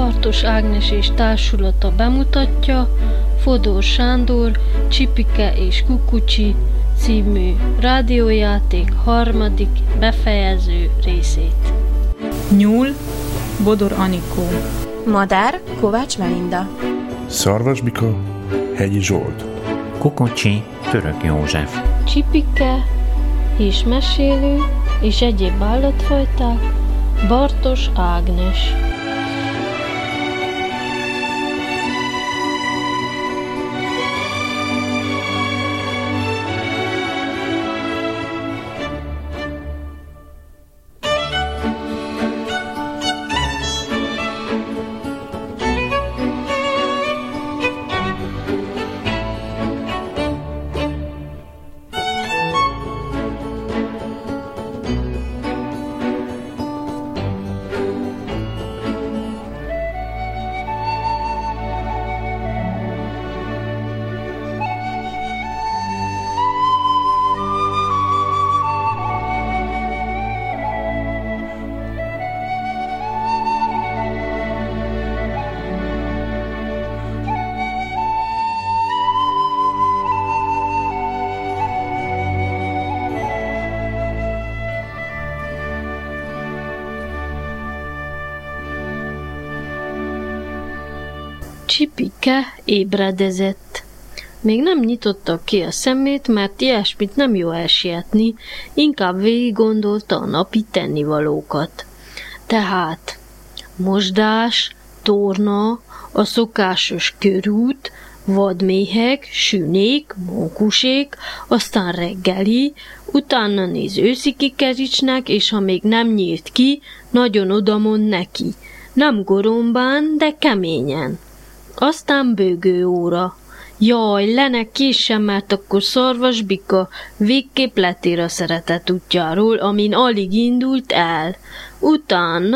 Bartos Ágnes és társulata bemutatja Fodor Sándor Csipike és Kukucsi című rádiójáték harmadik befejező részét. Nyúl, Bodor Anikó. Madár, Kovács Melinda. Szarvasbika, Hegyi Zsolt. Kukucsi, Török József. Csipike és mesélő és egyéb állatfajták, Bartos Ágnes. Csipike ébredezett. Még nem nyitotta ki a szemét, mert ilyesmit nem jó elsietni, inkább végig gondolta a napi tennivalókat. Tehát mosdás, torna, a szokásos körút, vadméhek, sünék, mókusék, aztán reggeli, utána néz őszi kikericsnek, és ha még nem nyílt ki, nagyon odamond neki. Nem gorombán, de keményen. Aztán bőgőóra. Jaj, lenek késsem, mert akkor Szarvasbika végképp letér a szeretet útjáról, amin alig indult el. Utána...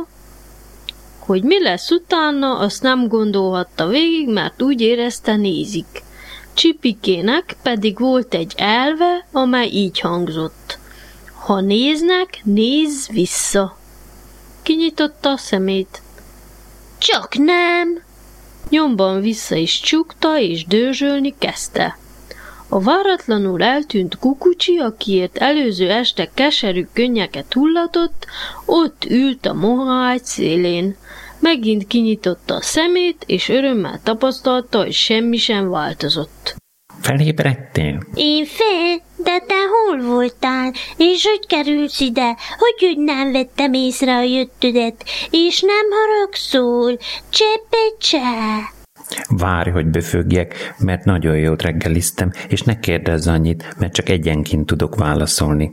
Hogy mi lesz utána, azt nem gondolhatta végig, mert úgy érezte, nézik. Csipikének pedig volt egy elve, amely így hangzott. Ha néznek, nézz vissza. Kinyitotta a szemét. Csak nem! Nyomban vissza is csukta, és dőzsölni kezdte. A váratlanul eltűnt Kukucsi, akiért előző este keserű könnyeket hullatott, ott ült a mohaágy szélén. Megint kinyitotta a szemét, és örömmel tapasztalta, hogy semmi sem változott. Felébredtél? Én fel, de te hol voltál? És hogy kerülsz ide? Hogy nem vettem észre a jöttödet? És nem haragszol? Csepecse! Várj, hogy böfögjek, mert nagyon jót reggeliztem, és ne kérdezz annyit, mert csak egyenként tudok válaszolni.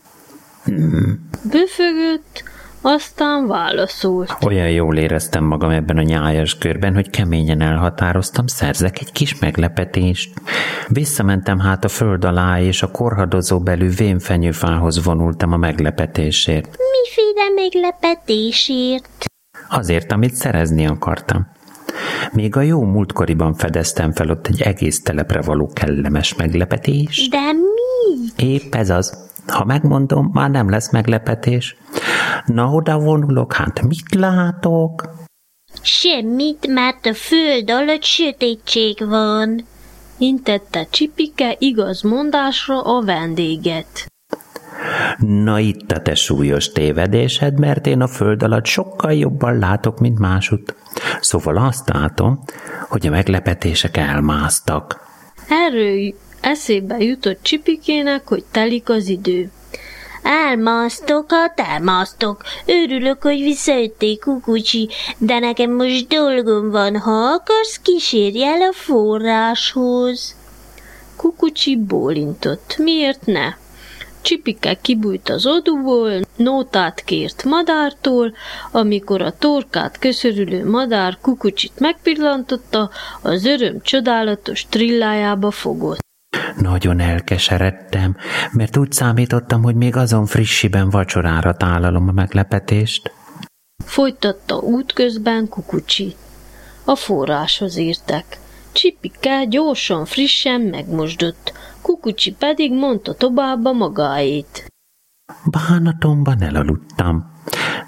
Böfögött, aztán válaszolt. Olyan jól éreztem magam ebben a nyájas körben, hogy keményen elhatároztam, szerzek egy kis meglepetést. Visszamentem hát a föld alá, és a korhadozó belül vénfenyőfához vonultam a meglepetésért. Miféle meglepetésért? Azért, amit szerezni akartam. Még a jó múltkoriban fedeztem fel ott egy egész telepre való kellemes meglepetés. De mi? Épp ez az. Ha megmondom, már nem lesz meglepetés. Na, oda vonulok, hát mit látok? Semmit, mert a föld alatt sötétség van. Intette Csipike igaz mondásra a vendéget. Na itt a te súlyos tévedésed, mert én a föld alatt sokkal jobban látok, mint másutt. Szóval azt látom, hogy a meglepetések elmásztak. Erről eszébe jutott Csipikének, hogy telik az idő. Elmásztok, hát elmásztok. Örülök, hogy visszajöttél, Kukucsi, de nekem most dolgom van, ha akarsz, kísérj el a forráshoz. Kukucsi bólintott. Miért ne? Csipike kibújt az oduból, nótát kért madártól, amikor a torkát köszörülő madár Kukucsit megpillantotta, az öröm csodálatos trillájába fogott. Nagyon elkeseredtem, mert úgy számítottam, hogy még azon frissiben vacsorára tálalom a meglepetést. Folytatta útközben Kukucsi. A forráshoz értek. Csipike gyorsan, frissen megmosdott, Kukucsi pedig mondta tovább a magáét. Bánatomban elaludtam.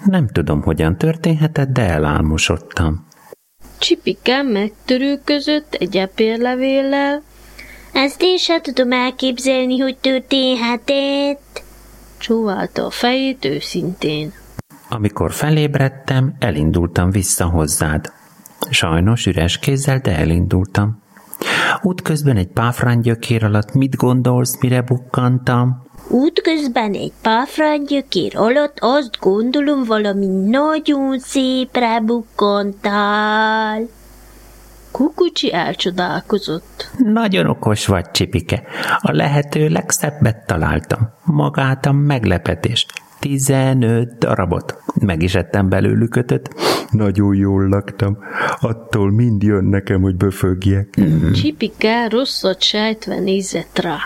Nem tudom, hogyan történhetett, de elálmosodtam. Csipike megtörülközött egy epérlevéllel. Ezt én sem tudom elképzelni, hogy történhetett. Csóválta a fejét őszintén. Amikor felébredtem, elindultam vissza hozzád. Sajnos üres kézzel, de elindultam. Útközben egy páfránygyökér alatt mit gondolsz, mire bukkantam? Útközben egy páfránygyökér alatt azt gondolom, valami nagyon szépre bukkantál. Kukucsi elcsodálkozott. Nagyon okos vagy, Csipike. A lehető legszebbet találtam. Magát a meglepetést. 15 darabot. Meg is ettem belőlük 5. Nagyon jól laktam. Attól mind jön nekem, hogy böfögjek. Csipike rosszat sejtve nézett rá.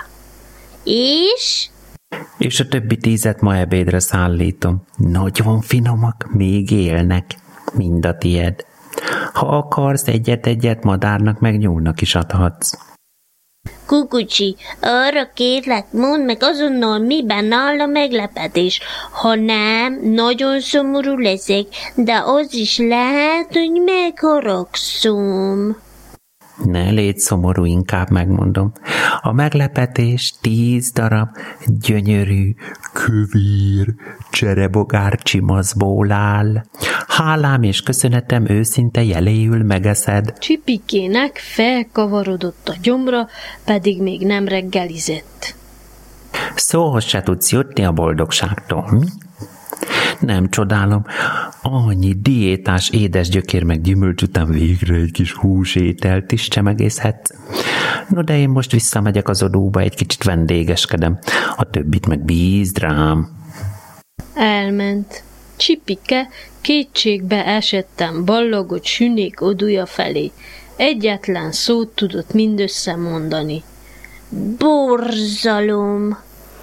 És a többi 10 ma ebédre szállítom. Nagyon finomak, még élnek. Mind a tied. Ha akarsz, egyet-egyet madárnak meg nyúlnak is adhatsz. Kukucsi, arra kérlek, mondd meg azonnal, miben áll a meglepetés. Ha nem, nagyon szomorú leszek, de az is lehet, hogy megharagszom. Ne légy szomorú, inkább megmondom. A meglepetés 10 darab gyönyörű, kövér, cserebogár csimaszból áll. Hálám és köszönetem őszinte jeléül megeszed. Csipikének felkavarodott a gyomra, pedig még nem reggelizett. Szóhoz se tudsz jutni a boldogságtól, mi? Nem csodálom, annyi diétás édes gyökér meg gyümölcs után végre egy kis húsételt is csemegészhetsz. No, de én most visszamegyek az odóba, egy kicsit vendégeskedem, a többit meg bízd rám. Elment. Csipike kétségbe esettem ballagott sünék odúja felé. Egyetlen szót tudott mindössze mondani. Borzalom!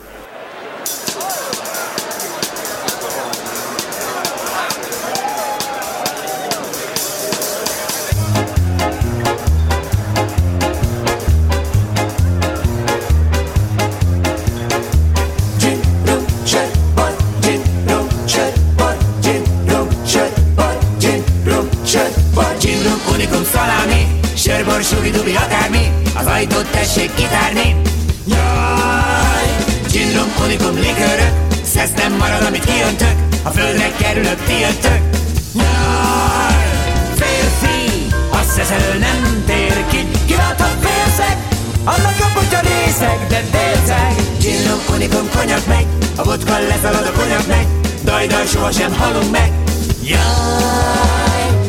Sörbor, subi-dubi, akármi, az ajtót tessék kitárni. Jaj! Gin-rum, unikum, likőrök, szesz nem marad, amit kiöntök, a földre kerülök, ti jöttök. Jaj! Férfi, a szesz elől nem tér ki, kiválthat félszeg, annak jobb, hogyha részeg, de délceg. Gin-rum, unikum, konyak megy, a vodka leszalad, a konyak megy, dajdaj sohasem halunk meg. Jaj!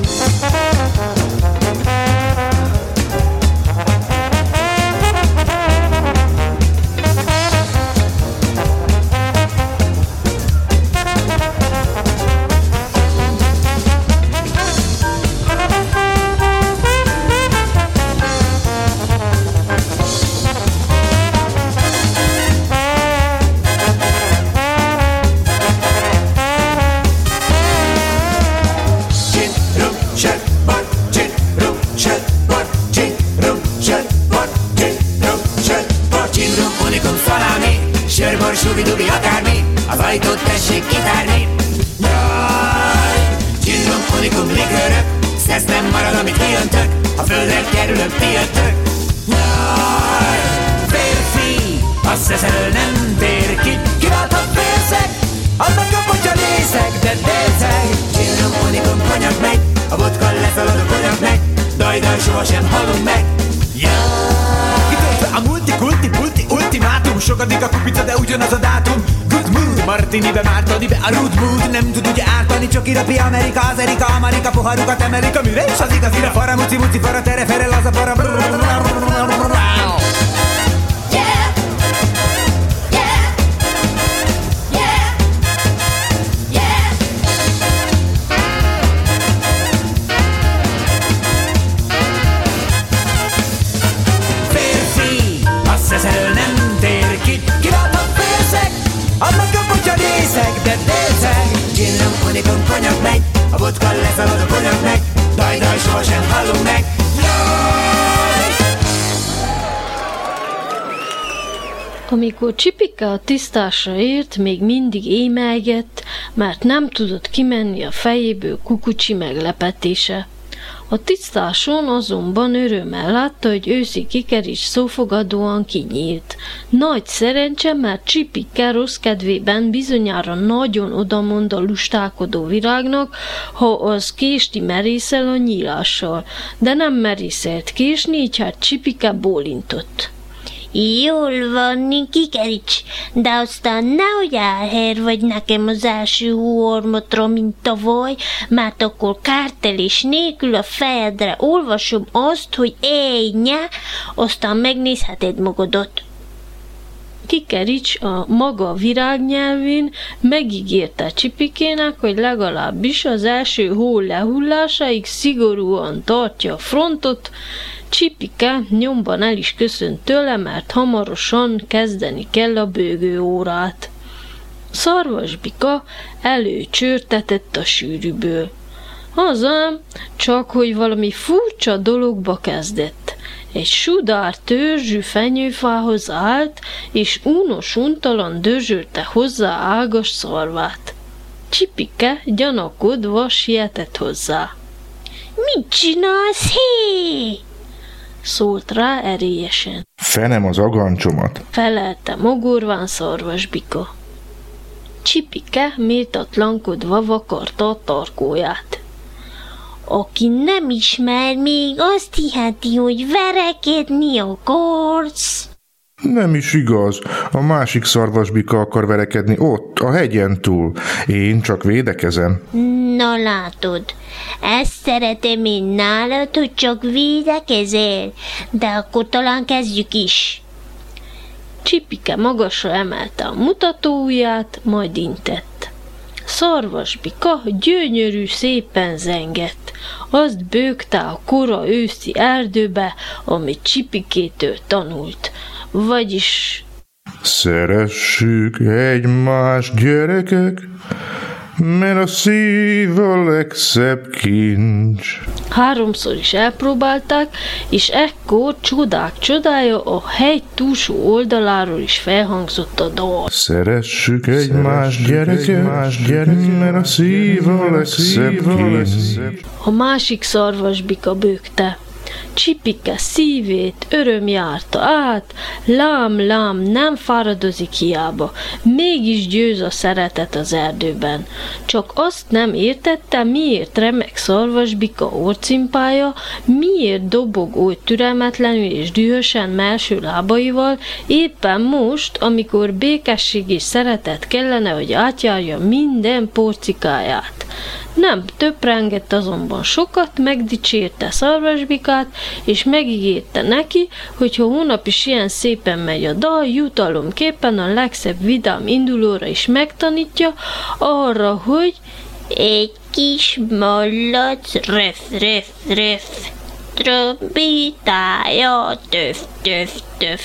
Subi-dubi, akármi, az ajtót tessék kitárni. Jaj! Gin-rum, unikum, likőrök, szesz nem marad, amit kiöntök, a földre kerülök, ti jöttök. Jaj! Férfi, a szesz elől nem tér ki, kiválthat félszeg, annak jobb, hogyha részeg, de délceg. Gin-rum, unikum, konyak megy, a vodka leszalad, a konyak megy, dajdaj sohasem halunk meg. Jaj! Kitöltve a multi-kulti-pulti ultimátum, sokadik a kupica, de ugyanaz a dátum. Good mood, martinibe mártani be a rude mood, nem tud ugye ártani, csak irapi Amerika, az Erika, Amerika, poharukat emelik, mire is az igazira, fara, muci, fara, tere, fere, laza, para, de délceg. Gin-rum, unikum, konyak megy, a vodka leszalad, a konyak megy, dajdaj sohasem halunk meg. Jaj! Amikor Csipike a tisztásra ért, még mindig émelygett, mert nem tudott kimenni a fejéből Kukucsi meglepetése. A tisztáson azonban örömmel látta, hogy őszi Kikerics szófogadóan kinyílt. Nagy szerencse, mert Csipike rossz kedvében bizonyára nagyon odamond a lustálkodó virágnak, ha az késni merészel a nyílással, de nem merészelt késni, így hát Csipike bólintott. Jól van, Kikerics, de aztán nehogy álher vagy nekem az első hóormotra, mint tavaly, mert akkor kártelés nélkül a fejedre olvasom azt, hogy énye, aztán megnézheted magadat. Kikerics a maga virágnyelvén megígérte Csipikének, hogy legalábbis az első hó lehullásáig szigorúan tartja a frontot. Csipike nyomban el is köszönt tőle, mert hamarosan kezdeni kell a bőgőórát. Szarvasbika előcsörtetett a sűrűből. Az ám, csak hogy valami furcsa dologba kezdett. Egy sudár törzsű fenyőfához állt, és unos-untalan dörzsölte hozzá ágas szarvát. Csipike gyanakodva sietett hozzá. Mit csinálsz, hé? Szólt rá erélyesen. Fenem az agancsomat, Felelte mogorván Szarvasbika. Csipike méltatlankodva vakarta a tarkóját. Aki nem ismer, még azt hiheti, hogy verekedni akarsz. Nem is igaz. A másik szarvasbika akar verekedni ott, a hegyen túl. Én csak védekezem. Na látod, ezt szeretem én nálad, hogy csak védekezel, de akkor talán kezdjük is. Csipike magasra emelte a mutatóujját, majd intett. Szarvasbika gyönyörű szépen zengett. Azt bőgte a kora őszi erdőbe, amit Csipikétől tanult. Vagyis... Szeressük egymást, gyerekek, mert a szív a legszebb kincs. Háromszor is elpróbálták, és ekkor csodák csodája, a hegy túlsó oldaláról is felhangzott a dal. Szeressük egymást, gyerekek, mert a szív a legszebb kincs. A másik szarvasbika bőgte. Csipike szívét öröm járta át, lám, nem fáradozik hiába, mégis győz a szeretet az erdőben. Csak azt nem értette, miért remeg Szarvasbika orcimpája, miért dobog oly türelmetlenül és dühösen melső lábaival, éppen most, amikor békesség és szeretet kellene, hogy átjárja minden porcikáját. Nem töprengett azonban sokat, megdicsérte Szarvasbikát, és megígérte neki, hogy ha hónap is ilyen szépen megy a dal, jutalomképpen a legszebb vidám indulóra is megtanítja arra, hogy egy kis mallac, röf, trombitája, töf.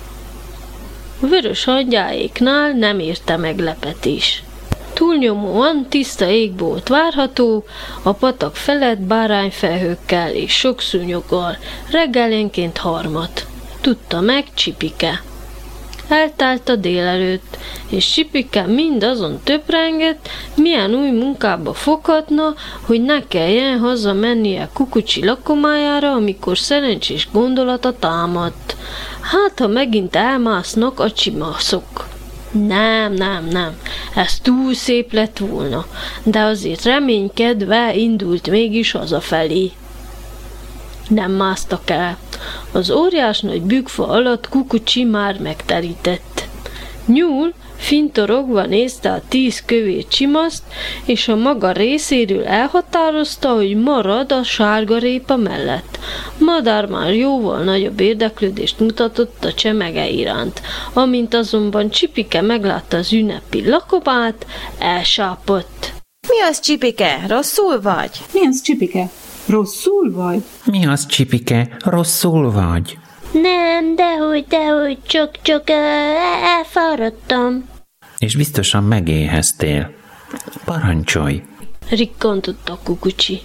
Vörös hangyáéknál nem érte meglepetés. Túlnyomóan tiszta égbolt várható, a patak felett bárányfelhőkkel és sok szúnyoggal, reggelenként harmat. Tudta meg Csipike. Eltelt a délelőtt, és Csipike mind azon töprengett, milyen új munkába foghatna, hogy ne kelljen hazamennie Kukucsi lakomájára, amikor szerencsés gondolata támadt. Hát, ha megint elmásznak a csimaszok. Nem, ez túl szép lett volna, de azért reménykedve indult mégis hazafelé. Nem másztak el. Az óriás nagy bükkfa alatt Kukucsi már megterített. Nyúl fintorogva nézte a 10 kövér csimaszt, és a maga részéről elhatározta, hogy marad a sárgarépa mellett. Madár már jóval nagyobb érdeklődést mutatott a csemege iránt. Amint azonban Csipike meglátta az ünnepi lakomát, elsápadt. Mi az, Csipike? Rosszul vagy? Mi az, Csipike? Rosszul vagy? Mi az, Csipike? Rosszul vagy? Nem, dehogy, csak elfáradtam. És biztosan megéheztél. Parancsolj! Rikkantott a Kukucsi.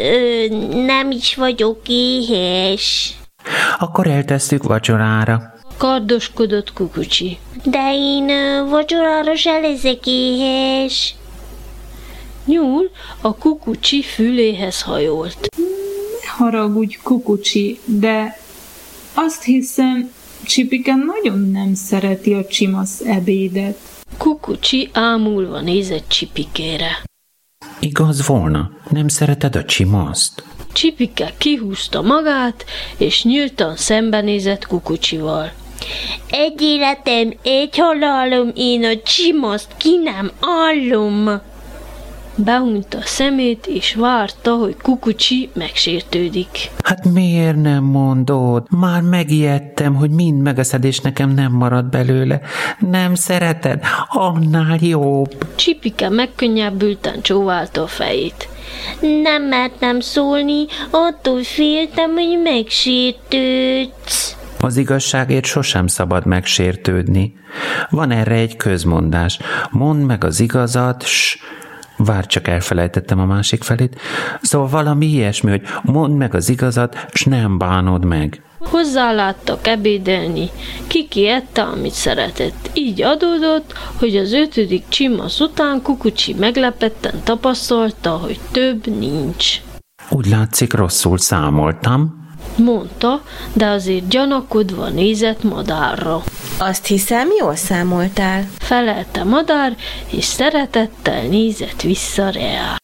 Nem is vagyok éhes. Akkor eltesszük vacsorára. Kardoskodott Kukucsi. De én vacsorára se leszek éhes. Nyúl a Kukucsi füléhez hajolt. Haragudj, Kukucsi, de azt hiszem, Csipike nagyon nem szereti a csimasz ebédet. Kukucsi ámulva nézett Csipikére. Igaz volna, nem szereted a csimaszt? Csipike kihúzta magát, és nyíltan szembenézett Kukucsival. Egy életem, egy halálom, én a csimaszt ki nem állom. Behunyta a szemét, és várta, hogy Kukucsi megsértődik. Hát miért nem mondod? Már megijedtem, hogy mind megeszed, és nekem nem marad belőle. Nem szereted? Annál jobb. Csipike megkönnyebbülten csóválta a fejét. Nem mertem szólni, attól féltem, hogy megsértődsz. Az igazságért sosem szabad megsértődni. Van erre egy közmondás. Mondd meg az igazat, várj, csak elfelejtettem a másik felét. Szóval valami ilyesmi, hogy mondd meg az igazat, s nem bánod meg. Hozzáláttak ebédelni. Kiki ette, amit szeretett. Így adódott, hogy az 5. csimasz után Kukucsi meglepetten tapasztalta, hogy több nincs. Úgy látszik, rosszul számoltam, mondta, de azért gyanakodva nézett Madárra. Azt hiszem, jól számoltál. Felelte Madár, és szeretettel nézett vissza rá.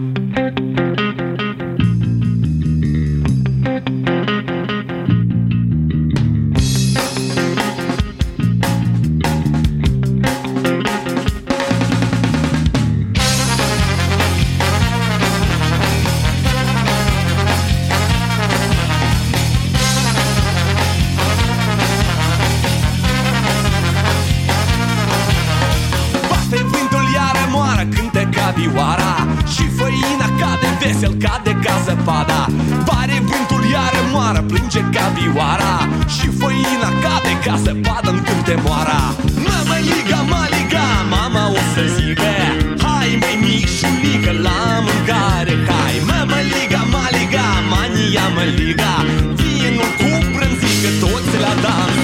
Și făina cade vesel, cade ca zăpada. Pare vântul iară moară, plânge ca vioara. Și făina cade ca zăpadă în câmp de moara. Mămăliga, maliga, mama o să zică: hai măi mișulică la mâncare, hai. Mămăliga, maliga, mania măliga, vinul cu brânzică toți la dans.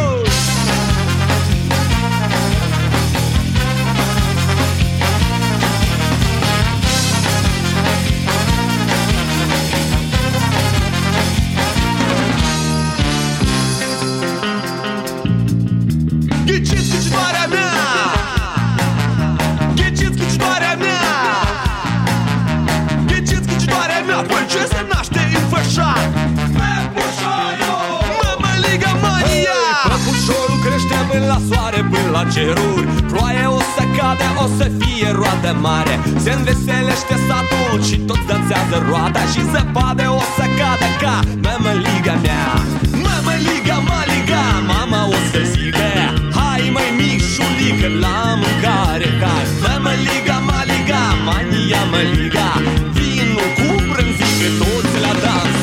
La soare până la ceruri, ploaie o să cade, o să fie roadă mare. Se înveselește satul și toți dansează roata. Și zăpadă o să cadă ca mămăliga mea. Mămăliga, maliga, mama o să zică: hai măi mișulică la mâncare, hai. Mămăliga, maliga, mania măliga, vinul cu brânzică toți la dans.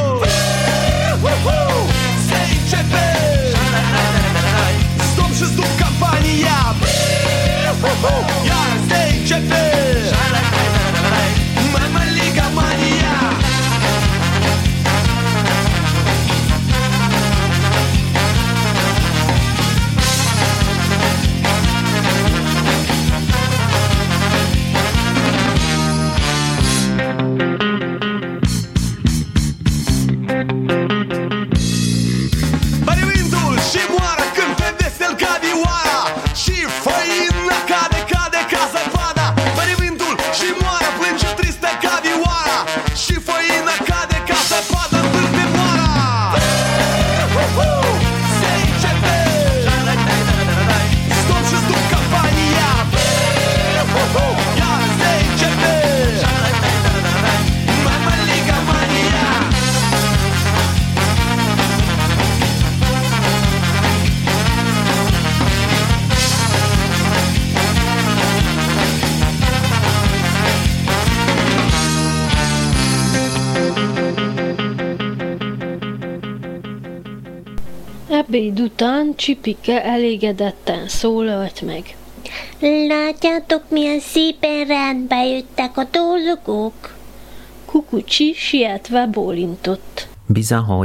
Se începe! Și-ți duc campania, iar se începe Mămăliga mania. Ebéd után Csipike elégedetten szólalt meg. Látjátok, milyen szépen rendbe jöttek a dolgok? Kukucsi sietve bólintott. Bizahogy.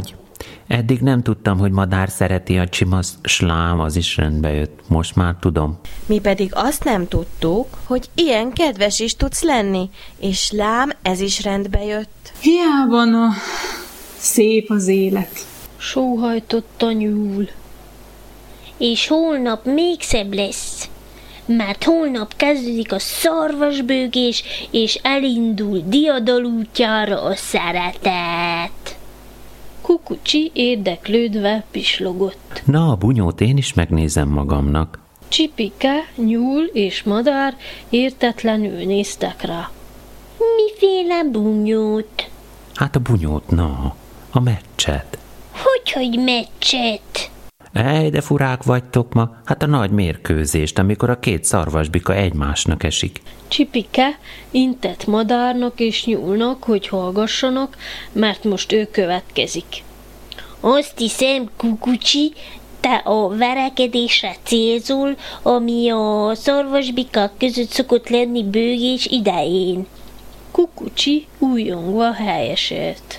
Eddig nem tudtam, hogy madár szereti a csimaszt, s lám, az is rendbe jött. Most már tudom. Mi pedig azt nem tudtuk, hogy ilyen kedves is tudsz lenni, és lám, ez is rendbe jött. Hiába na, szép az élet. Sóhajtott a nyúl. És holnap még szebb lesz, mert holnap kezdődik a szarvasbőgés, és elindul diadal útjára a szeretet. Kukucsi érdeklődve pislogott. Na, a bunyót én is megnézem magamnak. Csipike, nyúl és madár értetlenül néztek rá. Miféle bunyót? Hát a bunyót, na, a meccset. Hogy meccset? Ej, de furák vagytok ma. Hát a nagy mérkőzést, amikor a két szarvasbika egymásnak esik. Csipike intett madárnak és nyúlnak, hogy hallgassanak, mert most ő következik. Azt hiszem, Kukucsi, te a verekedésre célzol, ami a szarvasbikák között szokott lenni bőgés idején. Kukucsi újongva helyeselt.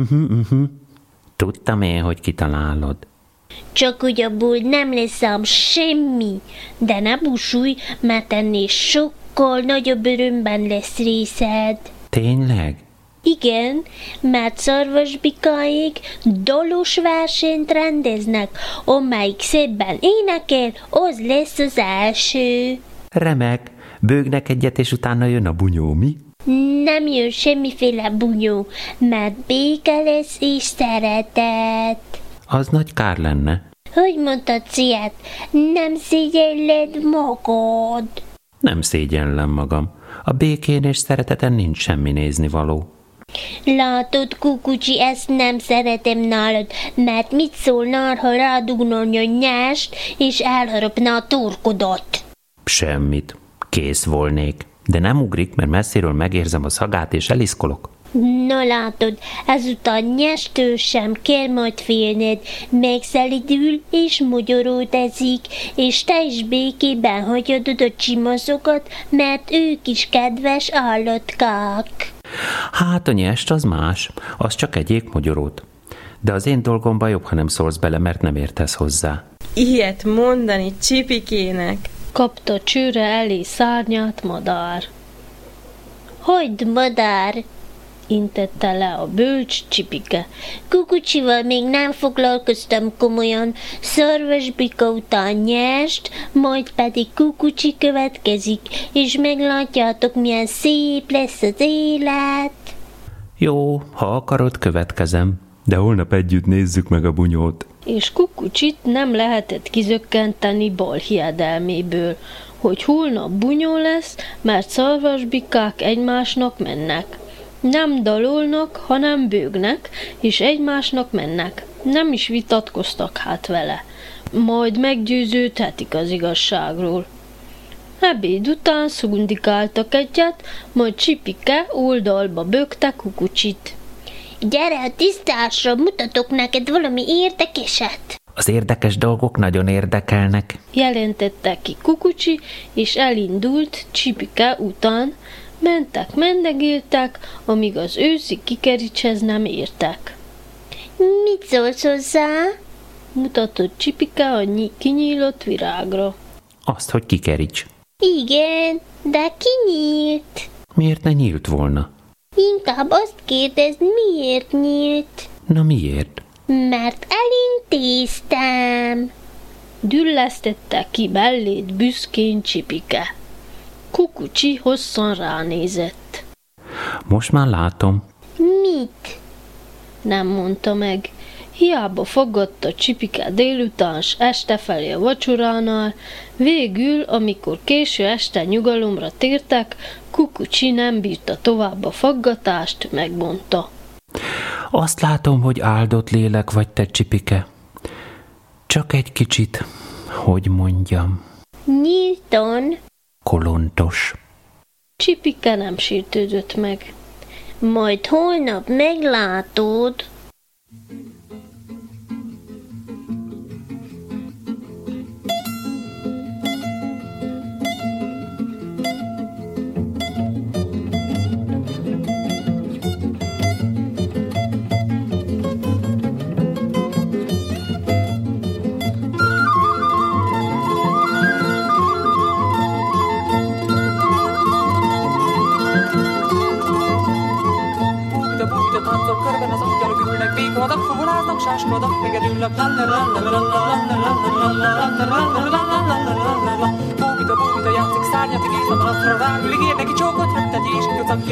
Tudtam én, hogy kitalálod. Csak hogy abból nem lesz ám semmi, de ne búsulj, mert ennél sokkal nagyobb örömben lesz részed. Tényleg? Igen, mert szarvasbikáig dalos versenyt rendeznek, amelyik szebben énekel, az lesz az első. Remek, bőgnek egyet, és utána jön a bunyó, mi? Nem jön semmiféle bunyó, mert béke lesz és szeretet. Az nagy kár lenne. Hogy mondtad, Ciát, nem szégyelled magad? Nem szégyellem magam. A békén és szereteten nincs semmi néznivaló. Látod, Kukucsi, ezt nem szeretem nálad, mert mit szólnál, ha rádugnál a nyást, és elharapná a torkodat? Semmit. Kész volnék. De nem ugrik, mert messziről megérzem a szagát, és eliszkolok. Na látod, ezután nyestől sem kell majd félned, megszelidül és mogyoródezik, és te is békében hagyod a csimaszokat, mert ők is kedves állatkák. Hát a nyest az más, az csak egyék mogyorót. De az én dolgomba jobb, ha nem szólsz bele, mert nem értesz hozzá. Ilyet mondani Csipikének. Kapta csőre elé szárnyát madár. Hagyd, madár! Intette le a bölcs Csipike. Kukucsival még nem foglalkoztam komolyan, szarvasbika után nyest, majd pedig Kukucsi következik, és meglátjátok, milyen szép lesz az élet. Jó, ha akarod, következem, de holnap együtt nézzük meg a bunyót. És Kukucsit nem lehetett kizökkenteni bal hiedelméből, hogy holnap bunyó lesz, mert szarvasbikák egymásnak mennek. Nem dalolnak, hanem bőgnek, és egymásnak mennek. Nem is vitatkoztak hát vele. Majd meggyőződhetik az igazságról. Ebéd után szundikáltak egyet, majd Csipike oldalba bökte Kukucsit. Gyere a tisztásra, mutatok neked valami érdekeset. Az érdekes dolgok nagyon érdekelnek, jelentette ki Kukucsi, és elindult Csipike után. Mentek, mendegéltek, amíg az őszi kikericshez nem értek. Mit szólsz hozzá? Mutatott Csipike a kinyílott virágra. Azt, hogy kikerics. Igen, de kinyílt. Miért ne nyílt volna? Inkább azt kérdezd, miért nyílt? Na miért? Mert elintéztem. Düllesztette ki bellét büszkén Csipike. Kukucsi hosszan ránézett. Most már látom. Mit? Nem mondta meg. Hiába faggatta Csipike délután s este felé a vacsoránál, végül, amikor késő este nyugalomra tértek, Kukucsi nem bírta tovább a faggatást, megmondta. Azt látom, hogy áldott lélek vagy te, Csipike. Csak egy kicsit, hogy mondjam. Nyíltan. Kolontos. Csipike nem sértődött meg. Majd holnap meglátod. Sáskodak, fuvoláznak, sáskodak, megedülnek. Bóbita játszik, szárnyat egész a balatra rá, ülig ér neki csókot, rögtet és kutagja.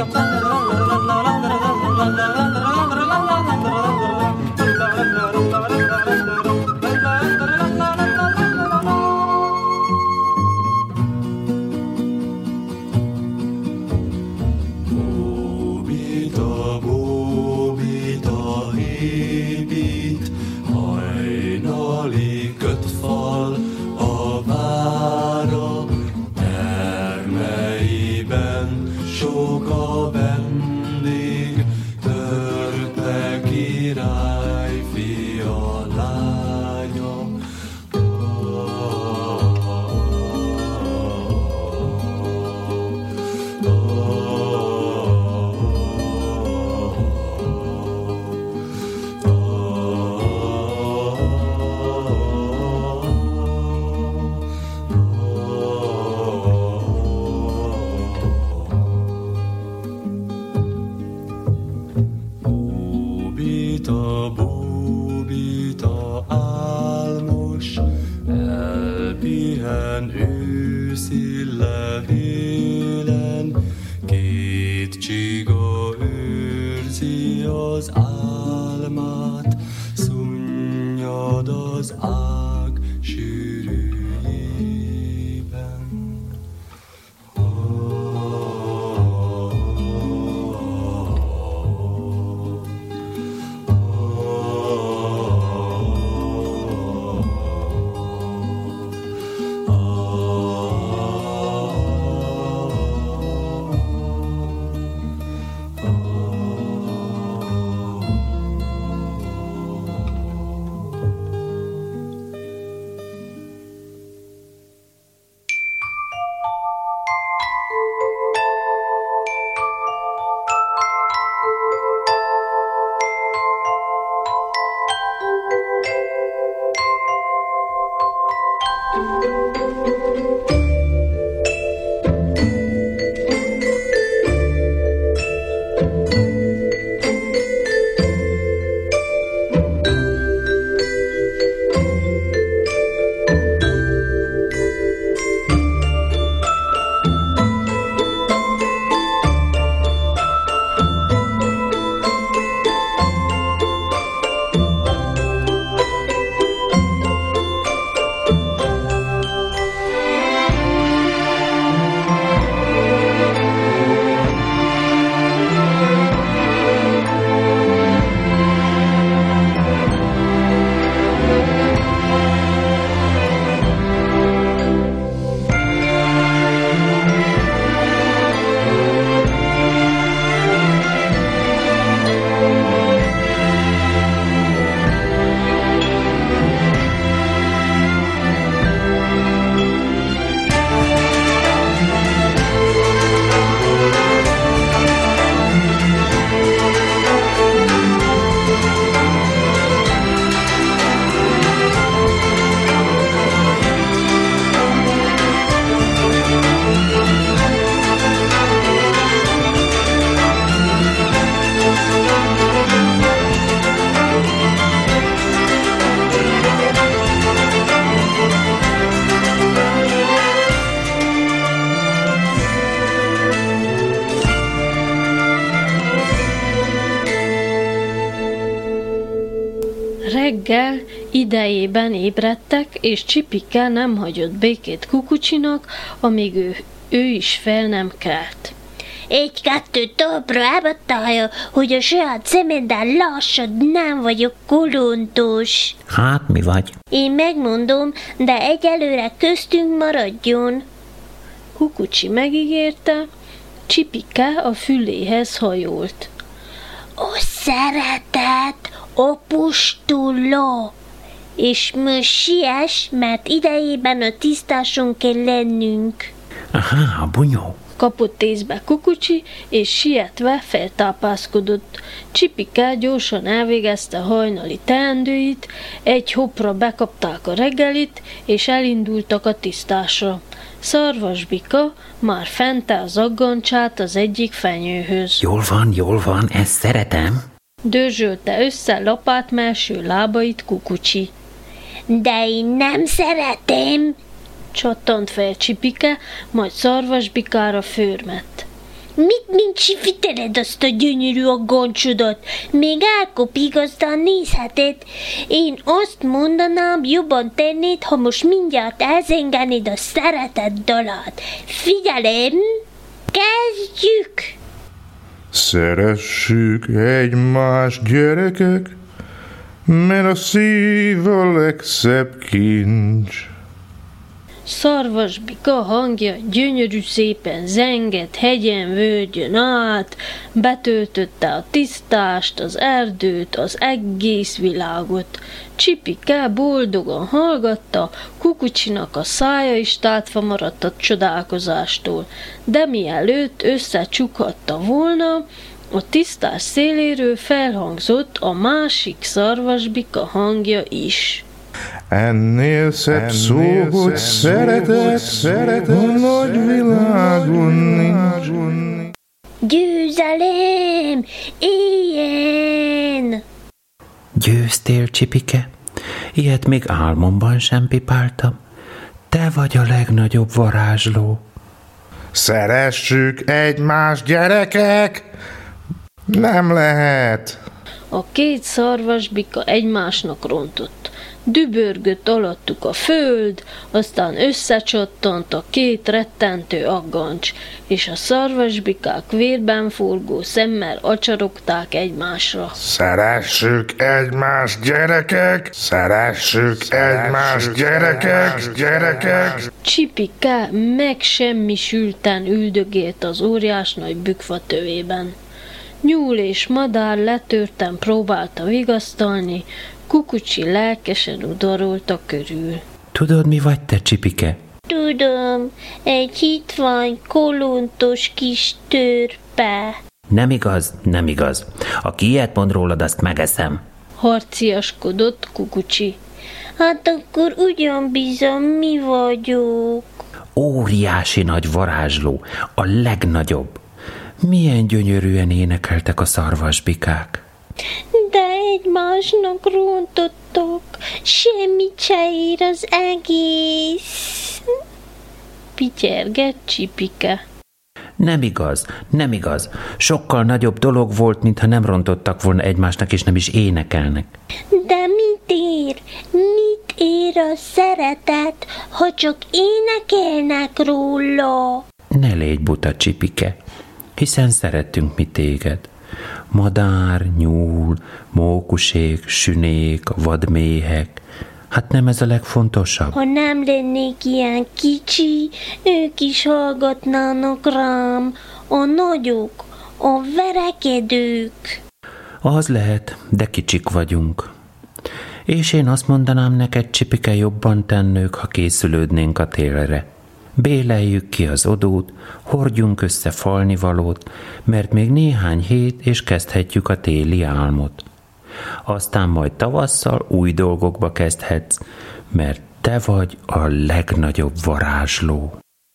Reggel idejében ébredtek, és Csipike nem hagyott békét Kukucsinak, amíg ő is fel nem kelt. 1-2 talpra ábadt a haja, hogy a saját szemeddel lássad, nem vagyok kolontos. Hát, mi vagy? Én megmondom, de egyelőre köztünk maradjon. Kukucsi megígérte, Csipike a füléhez hajolt. A szeretet apostoló, és most siess, mert idejében a tisztáson kell lennünk. Aha, bunyó. Kapott észbe Kukucsi, és sietve feltápászkodott. Csipike gyorsan elvégezte hajnali teendőit, egy hoppra bekapták a reggelit, és elindultak a tisztásra. Szarvasbika már fente az aggancsát az egyik fenyőhöz. Jól van, ezt szeretem. Dörzsölte össze lapátmelső lábait Kukucsi. De én nem szeretem, csattant fel Csipike, majd Szarvasbikára förmett. Mit csifiteled azt a gyönyörű aggancsodat? Még elkopig, aztán nézheted. Én azt mondanám, jobban tennéd, ha most mindjárt elzengenéd a szeretett dalát. Figyelem, kezdjük! Szeressük egymást, gyerekek, mert a szív a legszebb kincs. Szarvasbika hangja gyönyörű szépen zengett hegyen, völgyön át, betöltötte a tisztást, az erdőt, az egész világot. Csipike boldogan hallgatta, Kukucsinak a szája is tátva maradt a csodálkozástól, de mielőtt összecsukhatta volna, a tisztás széléről felhangzott a másik Szarvasbika hangja is. Ennél szebb szó, hogy szeretet, a nagy világon nincs. Győzelem! Éljen! Győztél, Csipike? Ilyet még álmomban sem pipáltam. Te vagy a legnagyobb varázsló. Szeressük egymást, gyerekek! Nem lehet! A két Szarvasbika egymásnak rontott. Dübörgött alattuk a föld, aztán összecsattant a két rettentő aggancs, és a Szarvasbikák vérben forgó szemmel acsarogták egymásra. Szeressük egymást, gyerekek! Szeressük egymást, gyerekek! Csipike megsemmisülten üldögélt az óriás nagy bükfa tövében. Nyúl és madár letörten próbálta vigasztalni, Kukucsi lelkesen udvarolta körül. Tudod, mi vagy te, Csipike? Tudom, egy hitvány, kolontos kis törpe. Nem igaz. Aki ilyet mond rólad, azt megeszem. Harciaskodott Kukucsi. Hát akkor ugyan bizony mi vagyok. Óriási nagy varázsló, a legnagyobb. Milyen gyönyörűen énekeltek a Szarvasbikák. De egymásnak rontottak, semmit se ér az egész. Pityergett Csipike. Nem igaz. Sokkal nagyobb dolog volt, mintha nem rontottak volna egymásnak, és nem is énekelnek. De mit ér a szeretet, ha csak énekelnek róla? Ne légy buta, Csipike, hiszen szerettünk mi téged. Madár, nyúl, mókusék, sünék, vadméhek. Hát nem ez a legfontosabb? Ha nem lennék ilyen kicsi, ők is hallgatnának rám. A nagyok, a verekedők. Az lehet, de kicsik vagyunk. És én azt mondanám neked, Csipike, jobban tennők, ha készülődnénk a télre. Béleljük ki az odót, hordjunk össze falnivalót, mert még néhány hét, és kezdhetjük a téli álmot. Aztán majd tavasszal új dolgokba kezdhetsz, mert te vagy a legnagyobb varázsló.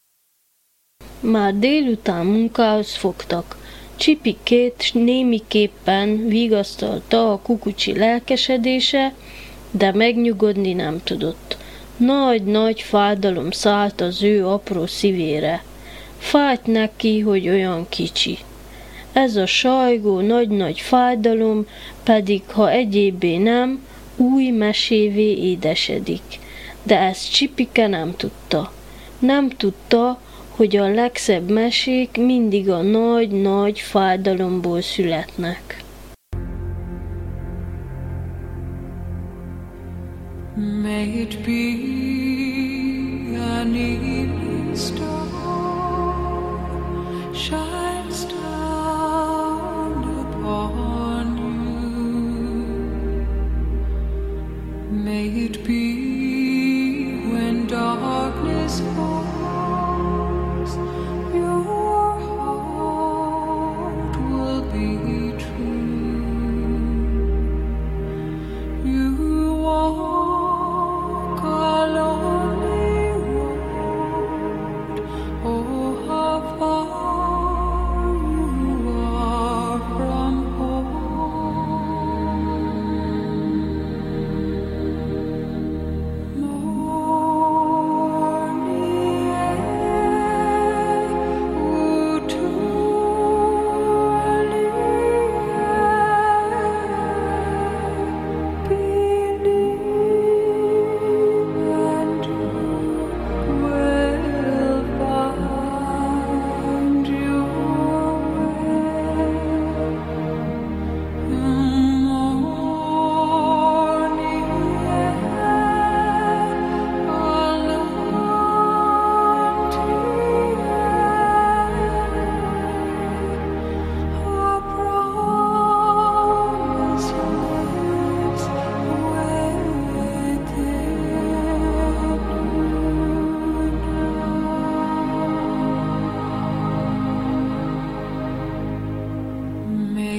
Már délután munkához fogtak. Csipikét némiképpen vigasztalta a Kukucsi lelkesedése, de megnyugodni nem tudott. Nagy-nagy fájdalom szállt az ő apró szívére. Fájt neki, hogy olyan kicsi. Ez a sajgó nagy-nagy fájdalom pedig, ha egyébbé nem, új mesévé édesedik. De ezt Csipike nem tudta. Nem tudta, hogy a legszebb mesék mindig a nagy-nagy fájdalomból születnek. May it be an evening star shines down upon you. May it be when darkness falls, your heart will be true. You walk a lonely road, oh how far you are from home.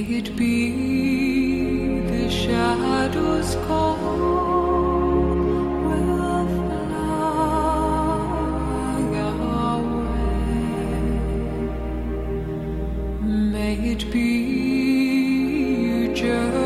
May it be the shadows call will fly away. May it be just